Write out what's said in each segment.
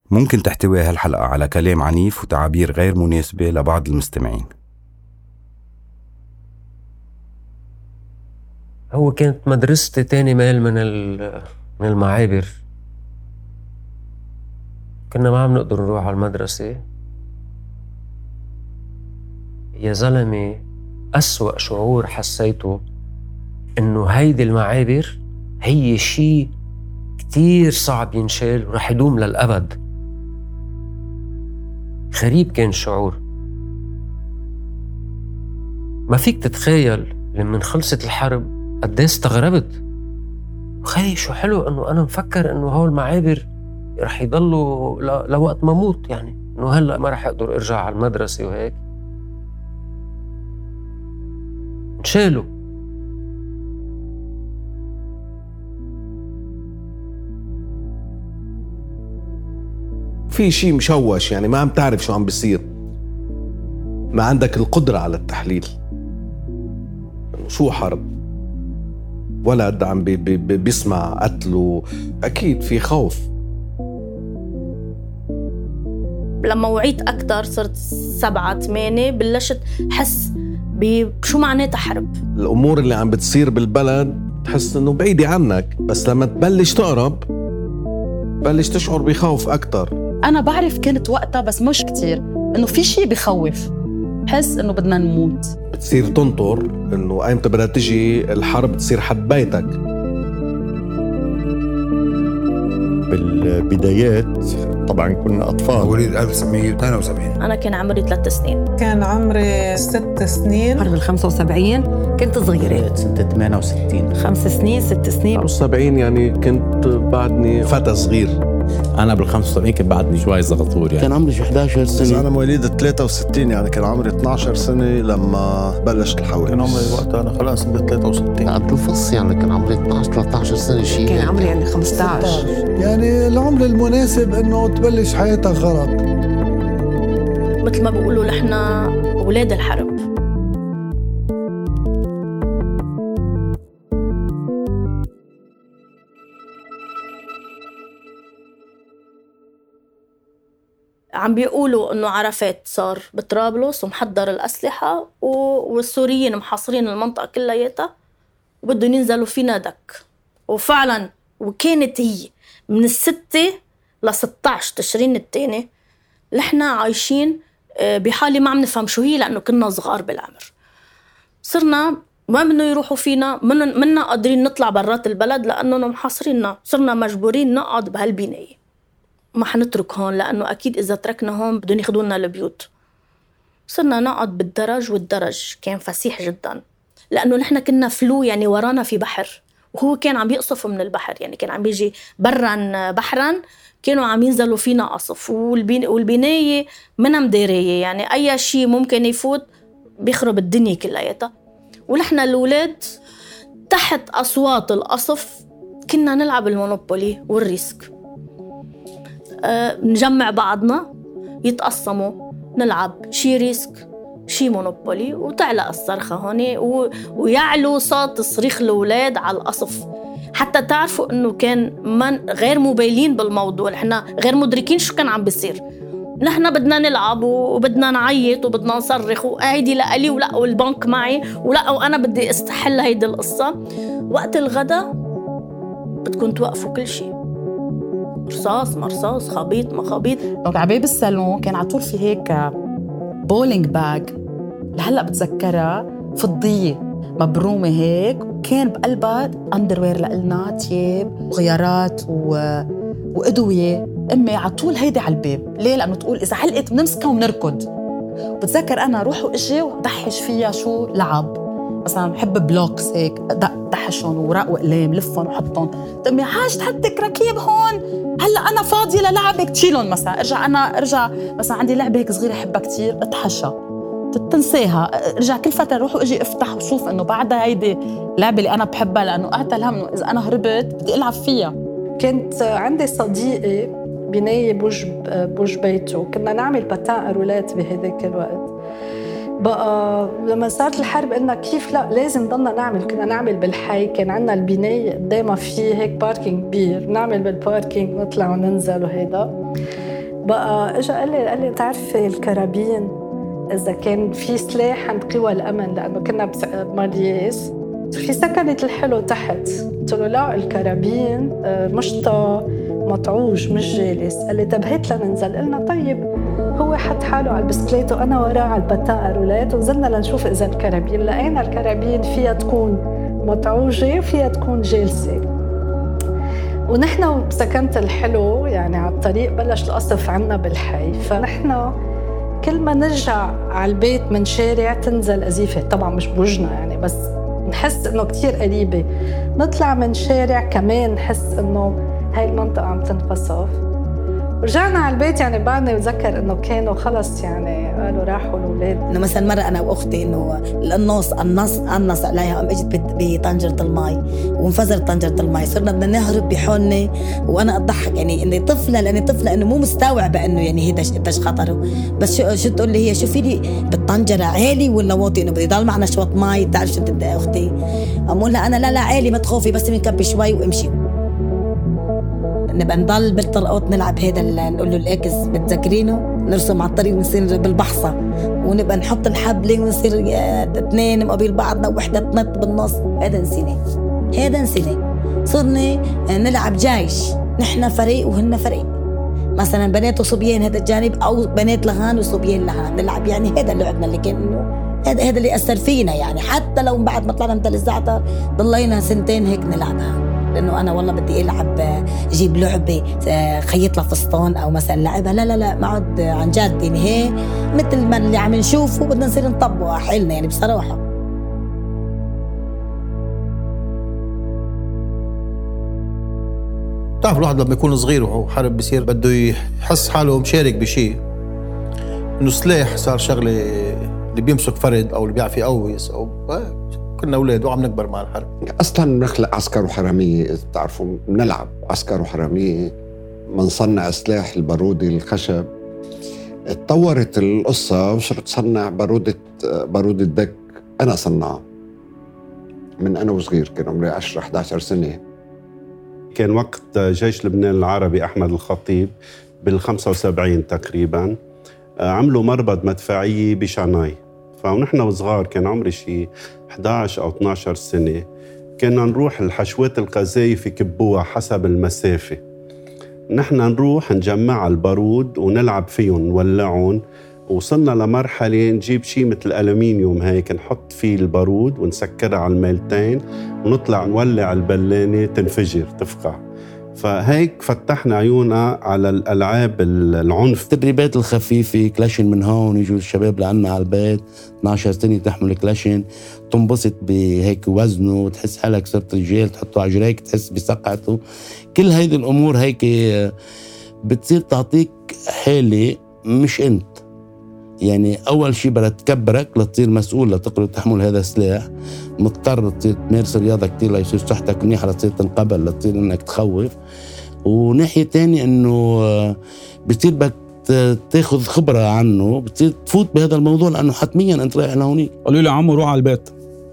ممكن تحتوي هالحلقة على كلام عنيف وتعابير غير مناسبة لبعض المستمعين. هو كانت مدرستي تاني ميل من المعابر. كنا ما عم نقدر نروح على المدرسة. يا زلمة، أسوأ شعور حسيته إنه هيدي المعابر هي شيء كتير صعب ينشال ورح يدوم للأبد. غريب كان الشعور. ما فيك تتخيل لما خلصت الحرب قد ايه استغربت. خي شو حلو إنه أنا مفكر إنه هول المعابر رح يضلوا لوقت ما موت، يعني إنه هلأ ما رح أقدر أرجع على المدرسة وهيك. انشالوا. في شيء مشوش، يعني ما عم تعرف شو عم بيصير، ما عندك القدرة على التحليل. شو حرب؟ ولد عم بيسمع قتله، أكيد في خوف. لما وعيت أكتر صرت 7-8 بلشت حس بشو معناتها حرب. الأمور اللي عم بتصير بالبلد تحس إنه بعيدة عنك، بس لما تبلش تقرب بلش تشعر بخوف أكتر. أنا بعرف كنت وقتها بس مش كتير إنه في شيء بخوف، حس إنه بدنا نموت. بتصير تنطر إنه أيمتى بدها تجي الحرب تصير حد بيتك. بالبدايات طبعاً كنا أطفال. وليد 1972. أنا كان عمري 3 سنين. كان عمري 6 سنين. حرب 75 كنت صغيرة. سنة 68. 5 سنين 6 سنين. 70 يعني كنت بعدني فتى صغير. أنا بال75 كنت بعدني شوي زغطور يعني. كان عمري 11 سنة. أنا مواليد 63 يعني كان عمري 12 سنة لما بلشت الحوادث. كان عمري وقتها أنا خلاص عندي 63. قبل الفص يعني كان عمري 12-13 سنة شيء. كان عمري يعني 15. يعني العمر المناسب إنه تبلش حياتك غلط. مثل ما بيقولوا لحنا أولاد الحرب. عم بيقولوا إنه عرفات صار بطرابلس ومحضر الأسلحة والسوريين محاصرين المنطقة كلياتها وبدهم ينزلوا فينا دك. وفعلا وكانت هي من 6 ل16 تشرين الثاني لحنا عايشين بحالة ما عم نفهم شو هي، لأنه كنا صغار بالعمر. صرنا ما بدنا يروحوا فينا، منا قادرين نطلع برات البلد لأنه محاصريننا. صرنا مجبورين نقعد بهالبناية، ما حنترك هون لأنه أكيد إذا تركنا هون بدون ياخدونا البيوت. صرنا نقعد بالدرج، والدرج كان فسيح جدا لأنه نحن كنا فلو، يعني ورانا في بحر وهو كان عم يقصف من البحر، يعني كان عم بيجي برا بحرا كانوا عم ينزلوا فينا قصف. والبناية منا مدارية، يعني أي شيء ممكن يفوت بيخرب الدنيا كلياتها. ونحن الأولاد تحت أصوات القصف كنا نلعب المونوبولي والريسك. نجمع بعضنا يتقسموا نلعب شي ريسك شي مونوبولي، وتعلق الصرخة هون ويعلو صوت صريخ الأولاد على القصف. حتى تعرفوا إنه كان من غير مبالين بالموضوع، نحنا غير مدركين شو كان عم بيصير. نحنا بدنا نلعب وبدنا نعيط وبدنا نصرخ وهيدي لألي ولا والبنك معي ولا وأنا بدي استحل هيدي القصة. وقت الغداء بدكم توقفوا كل شيء، رصاص مرصاص، خبيط ما خبيط. على باب الصالون كان على طول في هيك بولينج باج، لهلا بتذكرها، فضية مبرومة هيك، وكان بقلبها أندروير لإلنا، تياب وغيارات وأدوية. أمي على طول هيدي على الباب. ليه؟ لأنه تقول إذا علقت بنمسكها وبنركض. وبتذكر أنا روح وإجي ودحش فيها شو لعب، مثلا بحب بلوكس هيك دحشهم وورق وقلام لفهم وحطهم. أمي حاج تحطك ركيب هون، هلا أنا فاضية للعبك تشيلهم. مثلا أرجع مثلا عندي لعبة هيك صغيرة أحبها كتير، أتحشى تنساها، ارجع كل فترة روح واجي افتح وشوف انه بعدها هيدي لعبة اللي انا بحبها، لانه اعتل هم انه اذا انا هربت بدي العب فيها. كنت عندي صديقي بناية بوج بيته، كنا نعمل باتان رولات بهداك الوقت. بقى لما صارت الحرب قلنا كيف لا لازم ضلنا نعمل. كنا نعمل بالحي، كان عندنا البناية قدامها فيه هيك باركينج كبير، نعمل بالباركينج نطلع وننزل وهيدا. بقى اجا قال لي تعرفي الكرابين اذا كان في سلاح عند قوى الامن، لانه كنا بمالياس في سكنة الحلو تحت. قلت له لا الكرابين مشطة مطعوج مش جالس. قال لي طب هات لننزل. قلنا طيب. هو حط حاله على البسكليت وانا وراه على البتاء رولات، ونزلنا لنشوف اذا الكرابين. لقينا الكرابين فيها تكون مطعوجة وفيها تكون جالسة. ونحن بسكنة الحلو يعني على الطريق بلش القصف عنا بالحي، فنحن كل ما نرجع على البيت من شارع تنزل قذيفة. طبعا مش بوجنا يعني، بس نحس انه كتير قريبة. نطلع من شارع كمان نحس انه هاي المنطقة عم تنقصف. رجعنا على البيت يعني بعدني بتذكر انه كانوا خلص يعني قالوا راحوا الاولاد. انه مثلا مرة انا واختي انه القناص قنص عليها، قام اجت بطنجرة المي وانفجرت طنجرة المي. صرنا بدنا نهرب بحولنا وانا اضحك يعني اني طفلة، لاني طفلة انه مو مستوعبة انه يعني هيدا قديش خطره. بس شو تقول لي هي شوفي لي بالطنجرة عالي ولا واطي، انه بده يضل معنا شوط مي. بتعرف شو بدي اختي؟ اقول لها انا لا عالي ما تخافي، بس بنكبي شوي وامشي. نبقى نضل بالطرقات نلعب هيدا نقول له الاكس بتذكرينه، نرسم على الطريق ونصير بالبحصة، ونبقى نحط الحبلة ونصير اثنين مقابل بعضنا ووحدة تنط بالنص. هذا نسيناه. صرنا نلعب جيش، نحن فريق وهن فريق. مثلا بنات وصبيان هذا الجانب، او بنات لهان وصبيان لهان نلعب. يعني هذا اللعبنا اللي كان انه هذا اللي اثر فينا يعني. حتى لو بعد ما طلعنا مثل الزعتر ضلينا سنتين هيك نلعبها، لأنه أنا والله بدي ألعب جيب لعبة خيط لها فستان أو مثلا لعبها. لا ما عاد عن جد يعني. هي مثل ما اللي عم نشوفه بدنا نصير نطبقه حيلنا يعني بصراحة. تعرف الواحد لما يكون صغير وهو حرب بيصير بده يحس حاله مشارك بشيء، إنه سلاح صار شغلة اللي بيمسك فرد أو اللي بيعرف يقوس أو كنا أولاد وعم نكبر مع الحرب. أصلاً نخلق عسكر وحرامية، إذا بتعرفوا بنلعب عسكر وحرامية، منصنع سلاح البارودي الخشب. اتطورت القصة وصرت صنع بارودة دك. أنا صنعها من أنا وصغير، كان عمري 10-11 سنة. كان وقت جيش لبنان العربي أحمد الخطيب بال75 تقريباً، عملوا مربط مدفعية بشعناي. فنحن وصغار كان عمري شيء 11 أو 12 سنة، كنا نروح الحشوات القذايف يكبوها حسب المسافة. نحن نروح نجمع البارود ونلعب فيهم نولعون. وصلنا لمرحلة نجيب شيء مثل الألمنيوم هيك نحط فيه البارود ونسكرها على الميلتين ونطلع نولع البلانة تنفجر تفقع. فهيك فتحنا عيونا على الألعاب العنف. التدريبات الخفيفة، كلاشن من هون يجوا الشباب لعنا على البيت 12 سنة تحمل كلاشن، تنبسط بهيك وزنه وتحس حالك صرت رجال، تحطه على جريك تحس بسقعته. كل هيدي الأمور هيك بتصير تعطيك حالة مش أنت يعني. أول شيء بدها تكبرك لتصير مسؤول لتقدر تحمل هذا السلاح، مضطر تصير تمارس رياضة كتير ليصير صحتك منيحة، لتصير تنقبل، لتصير إنك تخوف. وناحية تانية إنه بتصير بدك تاخذ خبرة عنه، بتصير تفوت بهذا الموضوع لأنه حتميا أنت رايح لهونيك. قالوا لي عمو روح على البيت،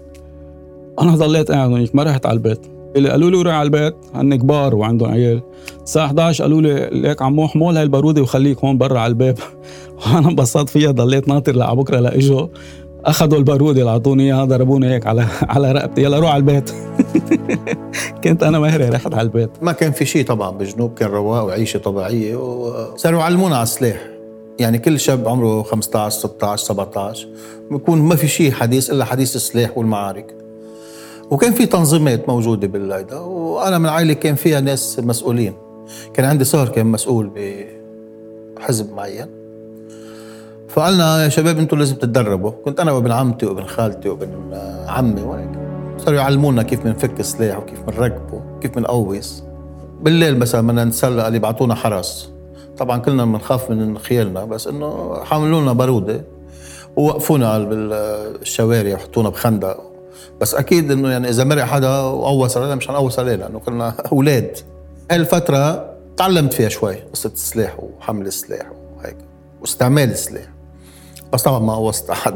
أنا ضليت قاعد هونيك ما رحت على البيت. اللي قالوا لي روح على البيت هن كبار وعندهم عيال. الساعة 11 قالوا لي ليك عمو حمول هاي البارودة وخليك هون برا على الباب. وأنا انبسطت فيها، ضليت ناطر لبكرة لإجوا أخذوا البارودة اللي عطوني إياها، ضربوني هيك على رقبتي، يلا روح على البيت. كنت أنا مهري رحت على البيت. ما كان في شيء طبعا بالجنوب، كان رواق وعيشة طبيعية، وصاروا يعلمونا على السلاح. يعني كل شاب عمره 15 16 17 بيكون ما في شيء حديث إلا حديث السلاح والمعارك. وكان في تنظيمات موجودة باللايدا، وأنا من عائلة كان فيها ناس مسؤولين. كان عندي صهر كان مسؤول بحزب معين، فقالنا يا شباب انتوا لازم تتدربوا. كنت أنا وابن عمتي وابن خالتي وابن عمي وهيك، صاروا يعلمونا كيف منفك السلاح وكيف منركبه كيف منقوس. بالليل مثلا بدنا نتسلق اللي بعطونا حرس، طبعا كلنا بنخاف من خيالنا، بس انه حملونا بارودة ووقفونا على الشوارع وحطونا بخندق. بس اكيد انه يعني اذا مرق حدا وقوص علينا مش هنقوص عليه، لانه كنا اولاد. هاي الفترة تعلمت فيها شوي قصة السلاح وحمل السلاح وهيك واستعمال السلاح، بس طبعا ما قوصت حدا يعني.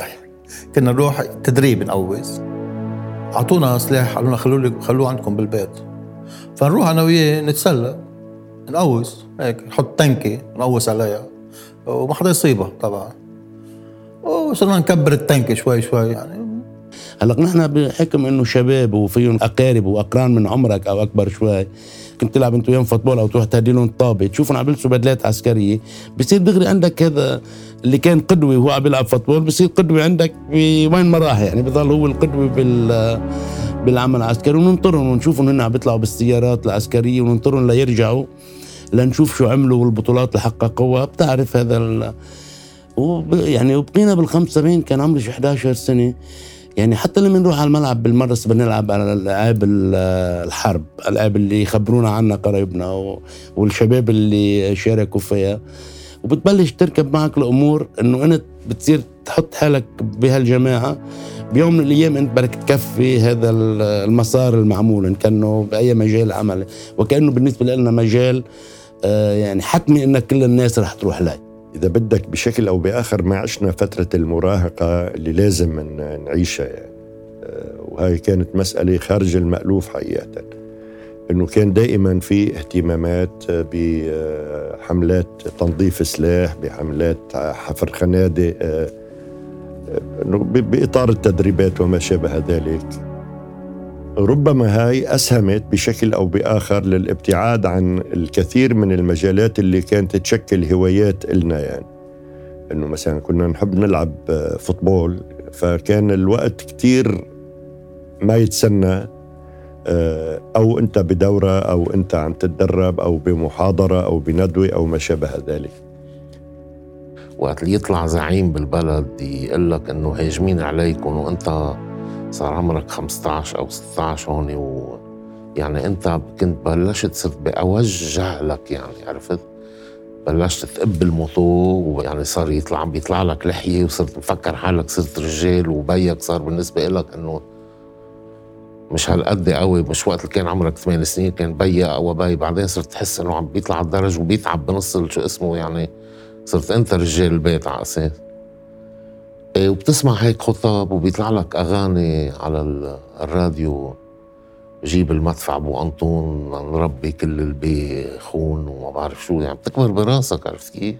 كنا نروح تدريب نقوز، أعطونا سلاح، قالوا لنا خلوه عندكم بالبيت. فنروح أنا وياه نتسلى نقوز هيك، نحط تنكي نقوز عليها وما حدا يصيبها طبعا، وصرنا نكبر التنكي شوي شوي يعني. هلق نحن بحكم انه شباب وفيهم اقارب واقران من عمرك او اكبر شوي، كنت تلعب انت وياهم فوتبول او تروح تهدي لهم طابه، تشوفهم عم يلبسوا بدلات عسكريه، بصير دغري عندك هذا اللي كان قدوه وهو عم يلعب فوتبول، بصير قدوه عندك بوين ما راح، يعني بضل هو القدوه بالعمل العسكري. وننطرهم ونشوفهم هن عم بيطلعوا بالسيارات العسكريه، وننطرهم ليرجعوا لنشوف شو عملوا والبطولات اللي حققوها. بتعرف هذا يعني وبقينا بال75 كان عمري شي 11 سنه. يعني حتى لما نروح على الملعب بالمرة بنلعب على الألعاب الحرب، الألعاب اللي يخبرونا عنها قرايبنا والشباب اللي شاركوا فيها، وبتبلش تركب معك الأمور إنه أنت بتصير تحط حالك بهالجماعة. بيوم من الأيام أنت بدك تكفي هذا المسار المعمول إن كانه بأي مجال عمل، وكأنه بالنسبة لنا مجال يعني حتمي إنك كل الناس رح تروح له. إذا بدك بشكل أو بآخر ما عشنا فترة المراهقة اللي لازم نعيشها يعني. وهي كانت مسألة خارج المألوف حقيقة، إنه كان دائما في اهتمامات بحملات تنظيف سلاح، بحملات حفر خنادق، بإطار التدريبات وما شابه ذلك. ربما هاي أسهمت بشكل أو بآخر للابتعاد عن الكثير من المجالات اللي كانت تشكل هوايات إلنا، يعني إنه مثلا كنا نحب نلعب فوتبول، فكان الوقت كتير ما يتسنى، أو أنت بدورة أو أنت عم تتدرب أو بمحاضرة أو بندوة أو ما شابه ذلك. وقت اللي يطلع زعيم بالبلد يقول لك إنه هاجمين عليكم وأنت صار عمرك 15 أو 16 هون، يعني أنت كنت بلشت صرت بأوج جهلك، يعني عرفت، بلشت تقب الموتو، ويعني صار بيطلع لك لحية، وصرت مفكر حالك صرت رجال، وبيك صار بالنسبة لك إنه مش هالقد قوي، مش وقت اللي كان عمرك 8 سنين كان بي أو بي، بعدين صرت تحس إنه عم بيطلع على الدرج وبيتعب بنص شو اسمه، يعني صرت أنت رجال البيت على أساس. وبتسمع هيك خطاب وبيطلع لك أغاني على الراديو، جيب المدفع أبو أنطون، نربي كل البي خون وما بعرف شو، يعني بتكبر براسك، عرفت كيف؟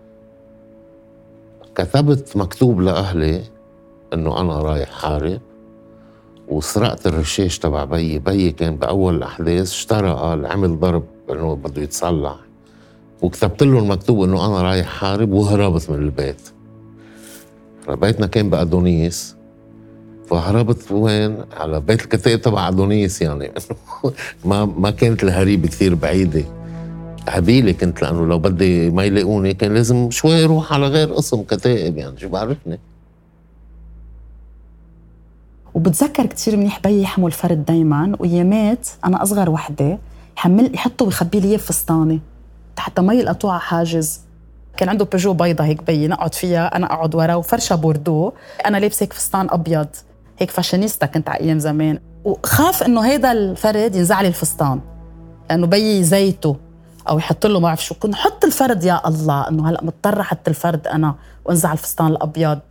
كتبت مكتوب لأهلي إنه أنا رايح حارب، وسرقت الرشاش تبع بيي كان بأول الأحداث اشترى، قال عمل ضرب إنه بده يتصلح، وكتبت له المكتوب إنه أنا رايح حارب، وهربت من البيت. بيتنا كان بأدونيس، فهربت وين؟ على بيت الكتائب تبع أدونيس، يعني ما كانت الهريبة كثير بعيدة، هبيلة كنت، لأنه لو بدي ما يلاقوني كان لازم شوي أروح على غير قسم كتائب، يعني شو بعرفني. وبتذكر كتير منيح بيي يحمل فرد دايما، ويامات أنا أصغر وحدة يحطوا ويخبي لي فستانة حتى ما يلقطوها حاجز. كان عنده بيجو بيضة هيك بيي، نقعد فيها، أنا أقعد ورا، وفرشة بوردو، أنا لابسة هيك فستان أبيض، هيك فاشينيستا كنت على أيام زمان، وخاف إنه هيدا الفرد ينزع لي الفستان لأنه بيي زيته أو يحط له ما أعرف شو. كنت حط الفرد، يا الله إنه هلأ مضطرة حط الفرد أنا وانزع الفستان الأبيض.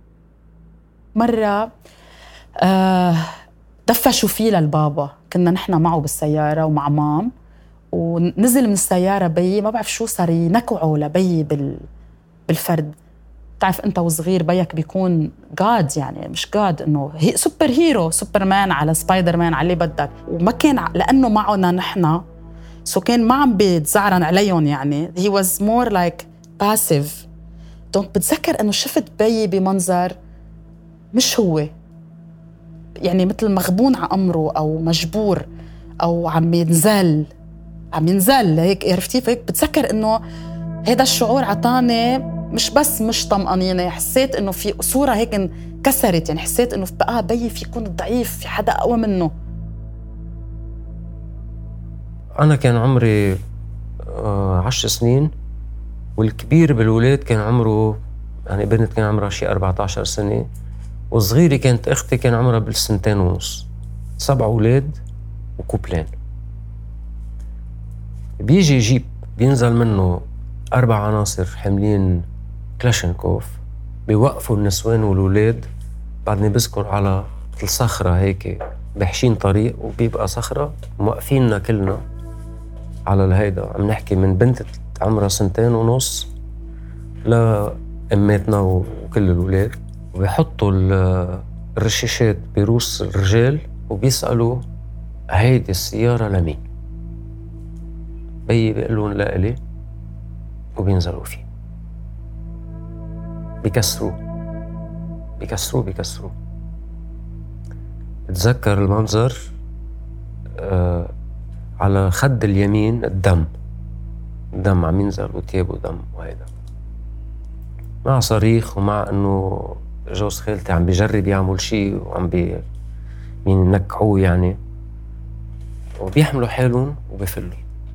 مرة دفشوا فيه للبابا، كنا نحن معه بالسيارة ومع مام، ونزل من السيارة بيي ما بعرف شو صار ينكعوا لبيي بالفرد. تعرف أنت وصغير بيك بيكون جاد، يعني مش جاد إنه سوبر هيرو، سوبرمان على سبايدر مان على اللي بدك، وما كان لأنه معنا نحن سو كان ما عم بتزعرن عليهم، يعني he was more like passive. دونك بتذكر إنه شفت بيي بمنظر مش هو، يعني مثل مغبون على أمره أو مجبور أو عم ينزل هيك، عرفتي؟ فهيك بتذكر إنه هذا الشعور عطاني مش طمأنينة، حسيت إنه في صورة هيك انكسرت، يعني حسيت إنه بقى بيي في يكون ضعيف، في حدا أقوى منه. أنا كان عمري 10 سنين، والكبير بالولاد كان عمره، يعني بنت كان عمرها شي 14 سنة، وصغيرة كانت أختي كان عمرها بالسنتين ونص. 7 أولاد وكوبلين. بيجي جيب بينزل منه 4 عناصر حاملين كلاشينكوف، بيوقفوا النسوان والولاد بعدني بذكر على الصخرة هيك بحشين طريق وبيبقى صخرة موقفيننا كلنا على الهيدا. عم نحكي من بنت عمرها 2.5 لأماتنا وكل الولاد، وبيحطوا الرشاشات بروس الرجال وبيسألوا هيدي السيارة لمين؟ بيي بيقلون لا إلي وبينزلوا فيه. بيكسروه. بتذكر المنظر على خد اليمين الدم عم ينزل وتيابه دم وهيدا، مع صريخ ومع انه جوز خالتي عم بيجرب يعمل شيء وعم ينكعوه يعني، وبيحملوا حالهم وبيفلوا.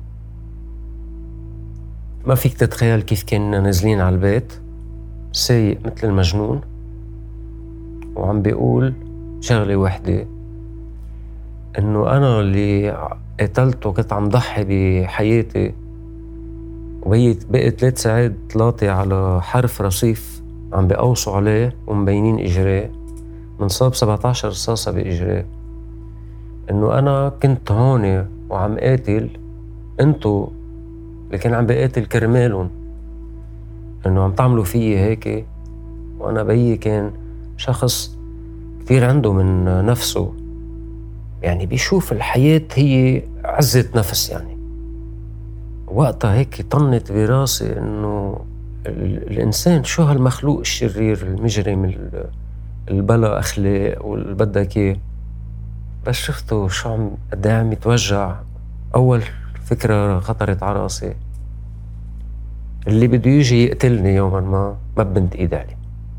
ما فيك تتخيل كيف كنا نازلين على البيت سايق مثل المجنون وعم بيقول شغلة واحدة، انه انا اللي قتلته كنت عم ضحي بحياتي، وبقيت 3 ساعات طلعتي على حرف رصيف عم بيقوصوا عليه ومبينين اجراه، منصاب 17 رصاصة باجراه، انه انا كنت هون وعم قاتل انتو اللي كان عم بقاتل كرمالهم، انه عم تعملوا فيي هيك. وانا بيي كان شخص كتير عنده من نفسه، يعني بيشوف الحياة هي عزة نفس. يعني وقتها هيك طنت براسي انه الانسان شو هالمخلوق الشرير المجرم البلا اخلاق واللي بدك اياه. بس شفته شو قد ايه عم يتوجع، اول فكرة خطرت على راسي اللي بده يجي يقتلني يوما ما بمد ايد عليه.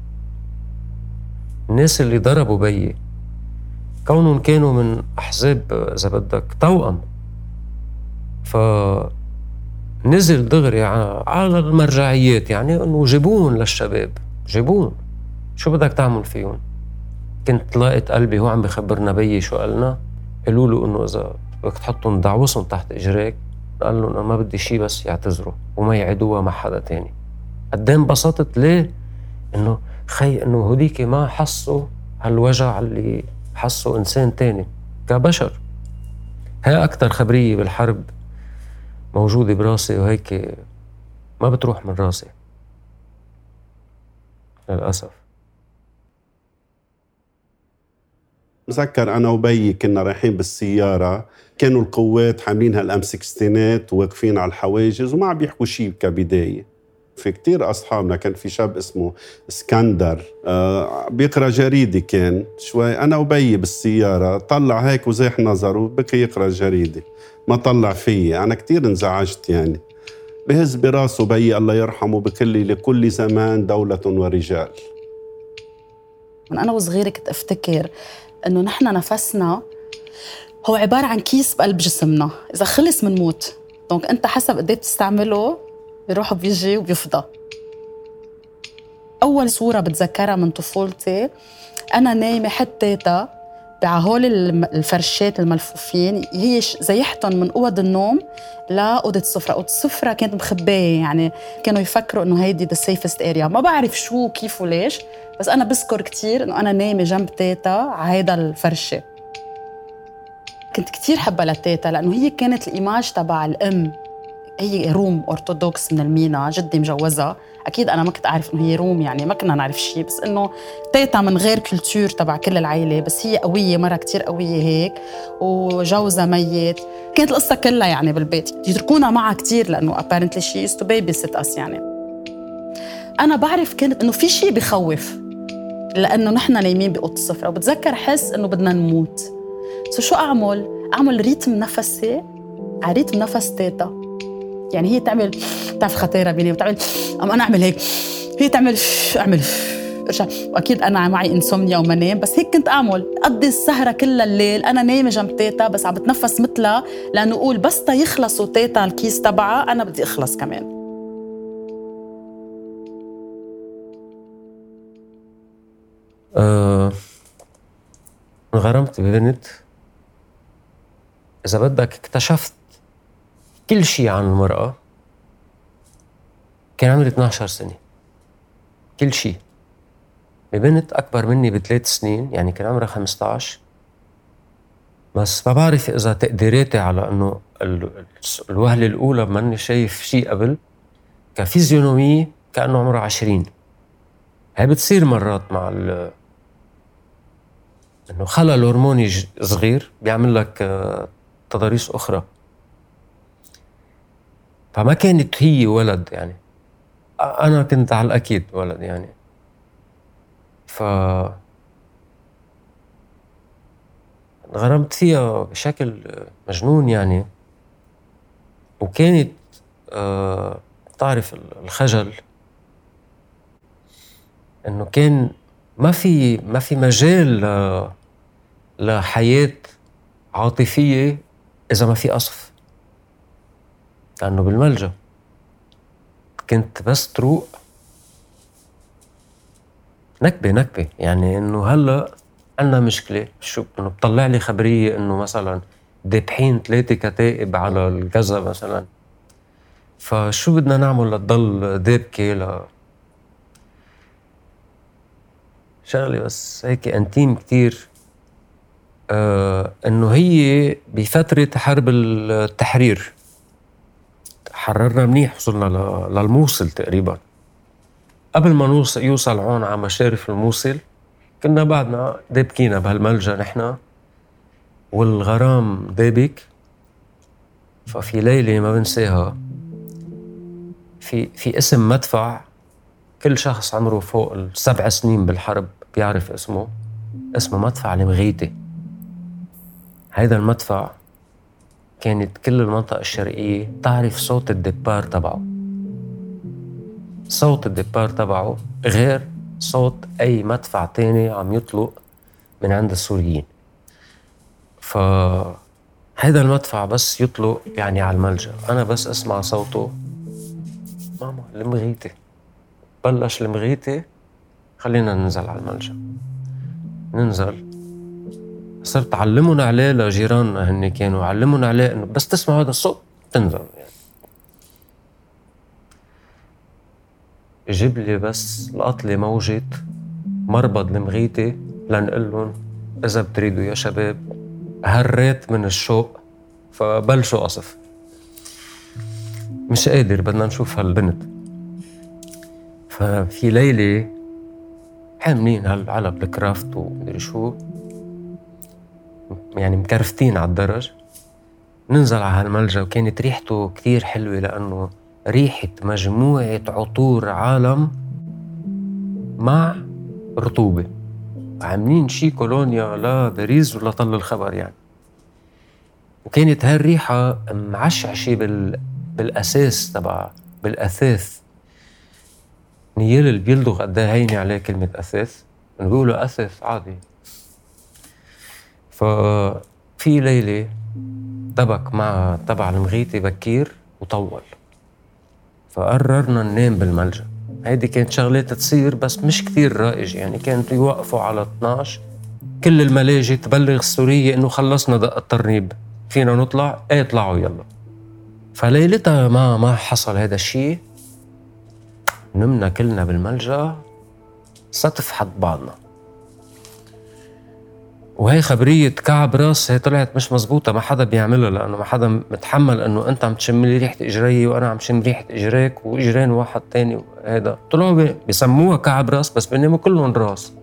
الناس اللي ضربوا بيي كونهم كانوا من احزاب اذا بدك توأم، فنزل دغري على المرجعيات، يعني انه جيبون للشباب، جيبون شو بدك تعمل فيهم. كنت لاقيت قلبي هو عم بخبرنا بيي شو قالنا، قالوا له انه اذا بدك تحطهم دعوسهم تحت اجريك، قال لهم انا ما بدي شيء بس يعتذروا وما يعيدوها مع حدا تاني. قد ايه انبسطت ليه؟ انه خي انه هوديك ما حسوا هالوجع اللي حسوا انسان تاني كبشر. هي اكتر خبرية بالحرب موجودة براسي وهيك ما بتروح من راسي للأسف. مذكر أنا وبيي كنا رايحين بالسيارة، كانوا القوات حاملين هالأم-16 واقفين على الحواجز وما عم بيحكوا شيء كبداية. في كتير أصحابنا، كان في شاب اسمه اسكندر بيقرأ جريدة، كان شوي أنا وبيي بالسيارة، طلع هيك وزيح نظره بكي يقرأ جريدة، ما طلع فيي. أنا كتير انزعجت، يعني بهز براسه بيي الله يرحمه بكلي لكل زمان دولة ورجال. من أنا وصغيرة كنت أفتكر إنه نحن نفسنا هو عبارة عن كيس بقلب جسمنا، إذا خلص منموت، دونك أنت حسب قد ايه بتستعمله بيروح وبيجي وبيفضى. أول صورة بتذكرها من طفولتي أنا نايمة حتى بعهول الفرشات الملفوفين، هي زيحتهم من أوض النوم لأوضة السفرة. أوضة السفرة كانت مخبية، يعني كانوا يفكروا إنه هيدي the safest area، ما بعرف شو كيف وليش، بس أنا بذكر كتير إنه أنا نايمة جنب تيتا على هيدا الفرشة. كنت كتير حبة لتيتا لأنه هي كانت الإيماج تبع الأم. هي روم أرثوذكس من المينا، جدي مجوزها، أكيد أنا ما كنت أعرف إنه هي روم، يعني ما كنا نعرف شيء، بس إنه تيتا من غير كلتور تبع كل العائلة، بس هي قوية، مرة كتير قوية هيك، وجوزها ميت. كانت القصة كلها يعني بالبيت، يتركونا معها كتير لأنه apparently she used to babysit us. يعني أنا بعرف كانت إنه في شيء بخوف لأنه نحن نايمين بأوضة السفرة، وبتذكر حس إنه بدنا نموت. شو أعمل ريتم نفسي على ريتم نفس تيتا، يعني هي تعمل تعرف خطيرة بيني وتعمل أما أنا أعمل هيك، هي تعمل أعمل ارجع، وأكيد أنا معي إنسومنيا وما نام، بس هيك كنت أعمل أقضي السهرة كل الليل أنا نايمة جنب تيتا بس عم بتنفس مثلها، لأنه أقول بس تا يخلصوا تيتا الكيس تبعها أنا بدي أخلص كمان. انغرمت ببنت، إذا بدك اكتشفت كل شيء عن المرأة. كان عمري 12 سنة، كل شيء ببنت أكبر مني ب3 سنين، يعني كان عمرها 15. بس ما بعرف إذا تقديراتي على أنه الوهلة الأولى ماني شايف شيء قبل كفيزيونومية كأنه عمره 20. هاي بتصير مرات مع أنه خلل هرموني صغير بيعمل لك تضاريس أخرى. فما كانت هي ولد، يعني أنا كنت على الأكيد ولد يعني. غرمت فيها بشكل مجنون يعني. وكانت تعرف الخجل انه كان ما في مجال لحياة عاطفية اذا ما في قصف، لانه بالملجأ كنت بس تروق نكبة يعني. انه هلا عندنا مشكلة، شو انه بطلع لي خبرية انه مثلا دابحين 3 كتائب على الكذا مثلا، فشو بدنا نعمل لتضل دابكة شغلة بس هيك انتيم كتير. انه هي بفترة حرب التحرير حررنا منيح، وصلنا للموصل تقريبا. قبل ما يوصل هون على مشارف الموصل كنا بعدنا دابكينا بهالملجأ نحنا، والغرام دابك. ففي ليلة ما بنساها، في اسم مدفع كل شخص عمره فوق 7 سنين بالحرب بيعرف اسمه مدفع المغيتة. هيدا المدفع كانت كل المنطقة الشرقية تعرف صوت الدبار تبعه. صوت الدبار تبعه غير صوت أي مدفع تاني عم يطلق من عند السوريين. فهيدا المدفع بس يطلق يعني على الملجأ، أنا بس أسمع صوته ماما المغيتة. بلش المغيتة، خلينا ننزل على الملجأ. ننزل، صرت علمون عليه لجيراننا، هن كانوا علمون عليه إنه بس تسمع هذا الصوت تنزل يعني. جيب لي بس لقطلي موجة مربض المغيتة لنقلن إذا بتريدوا يا شباب. هريت من الشوق فبلشوا قصف. مش قادر، بدنا نشوف هالبنت. ففي ليلة حاملين هالعلب الكرافت ومدري شو، يعني مكرفتين على الدرج. ننزل على هالملجأ، وكانت ريحته كتير حلوة لأنه ريحة مجموعة عطور عالم مع رطوبة، عاملين شي كولونيا لا باريس ولا طل الخبر يعني. وكانت هالريحة معشعشة بالأساس تبع بالأثاث. نيال اللي بيلدغ قدها هيني عليه كلمة أثاث، بيقولوا أثاث عادي. ففي ليلة دبك مع تبع المغيتة بكير وطول، فقررنا ننام بالملجأ. هيدي كانت شغلات تصير بس مش كتير رائج يعني. كانت يوقفوا على 12 كل الملاجئ تبلغ السورية إنه خلصنا دق الترنيب، فينا نطلع؟ ايه طلعوا يلا. فليلتها ما حصل هذا الشيء. نمنا كلنا بالملجأ سطف حد بعضنا. وهي خبرية كعب راس، هي طلعت مش مزبوطة، ما حدا بيعملها، لأنه ما حدا متحمل أنه أنت عم تشملي ريحة إجري وأنا عم شم ريحة إجريك وإجرين واحد تاني. هذا طلعوا بيسموها كعب راس، بس بيناموا كلهم راس.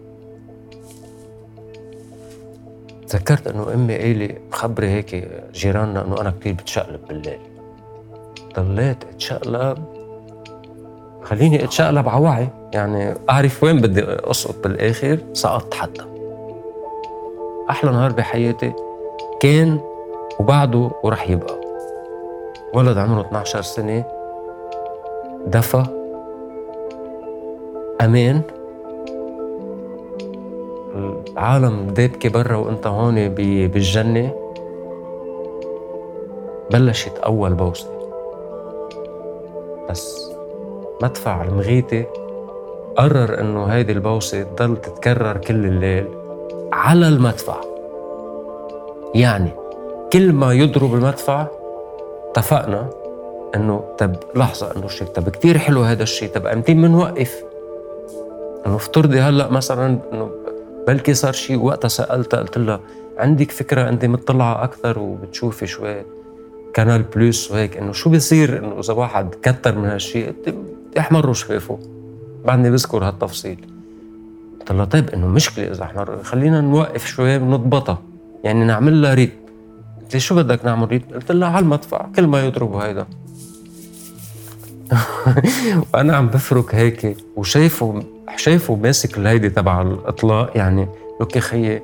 تذكرت أنه أمي قايلة خبري هيك جيراننا أنه أنا كتير بتشقلب بالليل. ضليت اتشقلب، خليني اتشقلب على وعي يعني، أعرف وين بدي أسقط بالآخر. سقطت حتى. أحلى نهار بحياتي كان وبعده ورح يبقى. ولد عمره 12 سنة، دفى، أمان، العالم دابكة برا وانت هون بالجنة. بلشت أول بوسة، بس مدفع المغيتة قرر إنه هيدي البوسة تضل تتكرر كل الليل على المدفع. يعني كل ما يضرب المدفع اتفقنا إنه طب لحظة، إنه الشيء طب كتير حلو هذا الشيء، طب أمتين منوقف. انه افترضي هلا مثلا انه بلكي صار شيء، وقتها سألتها قلت لها عندك فكرة انت مطلعة اكثر وبتشوفي شوي كانال بلوس وهيك، انه شو بيصير انه اذا واحد كتر من هالشيء يحمروا شفافه؟ بعدني بذكر هالتفصيل. قلت لها طيب انه مشكلة اذا احمر، خلينا نوقف شوي ونضبطها، يعني نعمل لها ريتم. قلت لي شو بدك نعمل ريتم؟ قلت لها على المدفع كل ما يضربوا هيدا. وانا عم بفرك هيك وشايفه ماسك الهيدي تبع الاطلاق، يعني لك يا خيي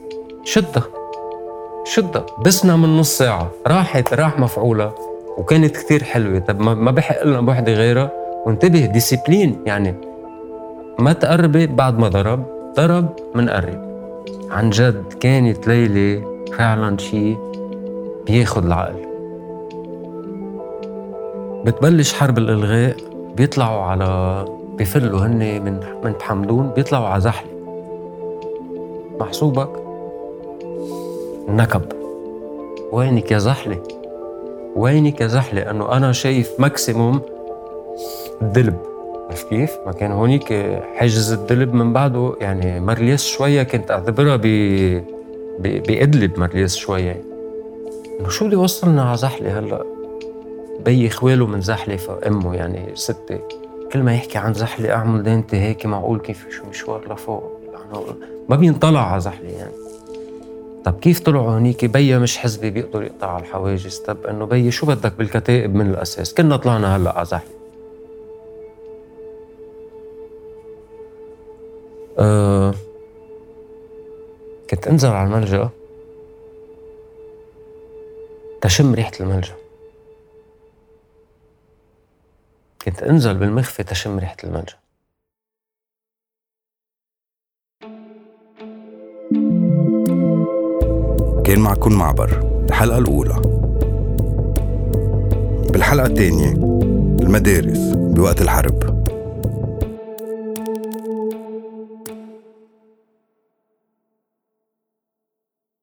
شدها بسنا من نص ساعة راح مفعولة وكانت كتير حلوة. طب ما بحق لنا بوحدة غيرها؟ وانتبه ديسيبلين، يعني ما تقربي بعد ما ضرب منقرب. عن جد كانت ليلة فعلا شيء بياخد العقل. بتبلش حرب الإلغاء، بيفلوا هن من حمدون، بيطلعوا على زحلة. محسوبك نكب، وينك يا زحلة، وينك يا زحلة؟ أنه أنا شايف ماكسيموم الدلب، عرف كيف؟ ما كان هونيك حجز الدلب من بعده، يعني مرليس شوية كنت أعتبرها بإدلب مرليس شوية. إنه شو اللي وصلنا على زحلة هلأ؟ بي خواله من زحلة فأمه يعني ستة، كل ما يحكي عن زحلة أعمل دينتي هيك، معقول كيف شو مشوار لفوق، ما بينطلع على زحلة يعني. طب كيف طلعوا هنيك؟ بيا مش حزبي بيقدر يقطع على الحواجز. طب انه بيا شو بدك بالكتائب من الاساس؟ كنا طلعنا هلا على زحلة. كنت انزل على الملجأ تشم ريحة الملجأ، كنت انزل بالمخفى تشم ريحة الملجأ. كان معكم معبر الحلقة الأولى. بالحلقة الثانية المدارس بوقت الحرب.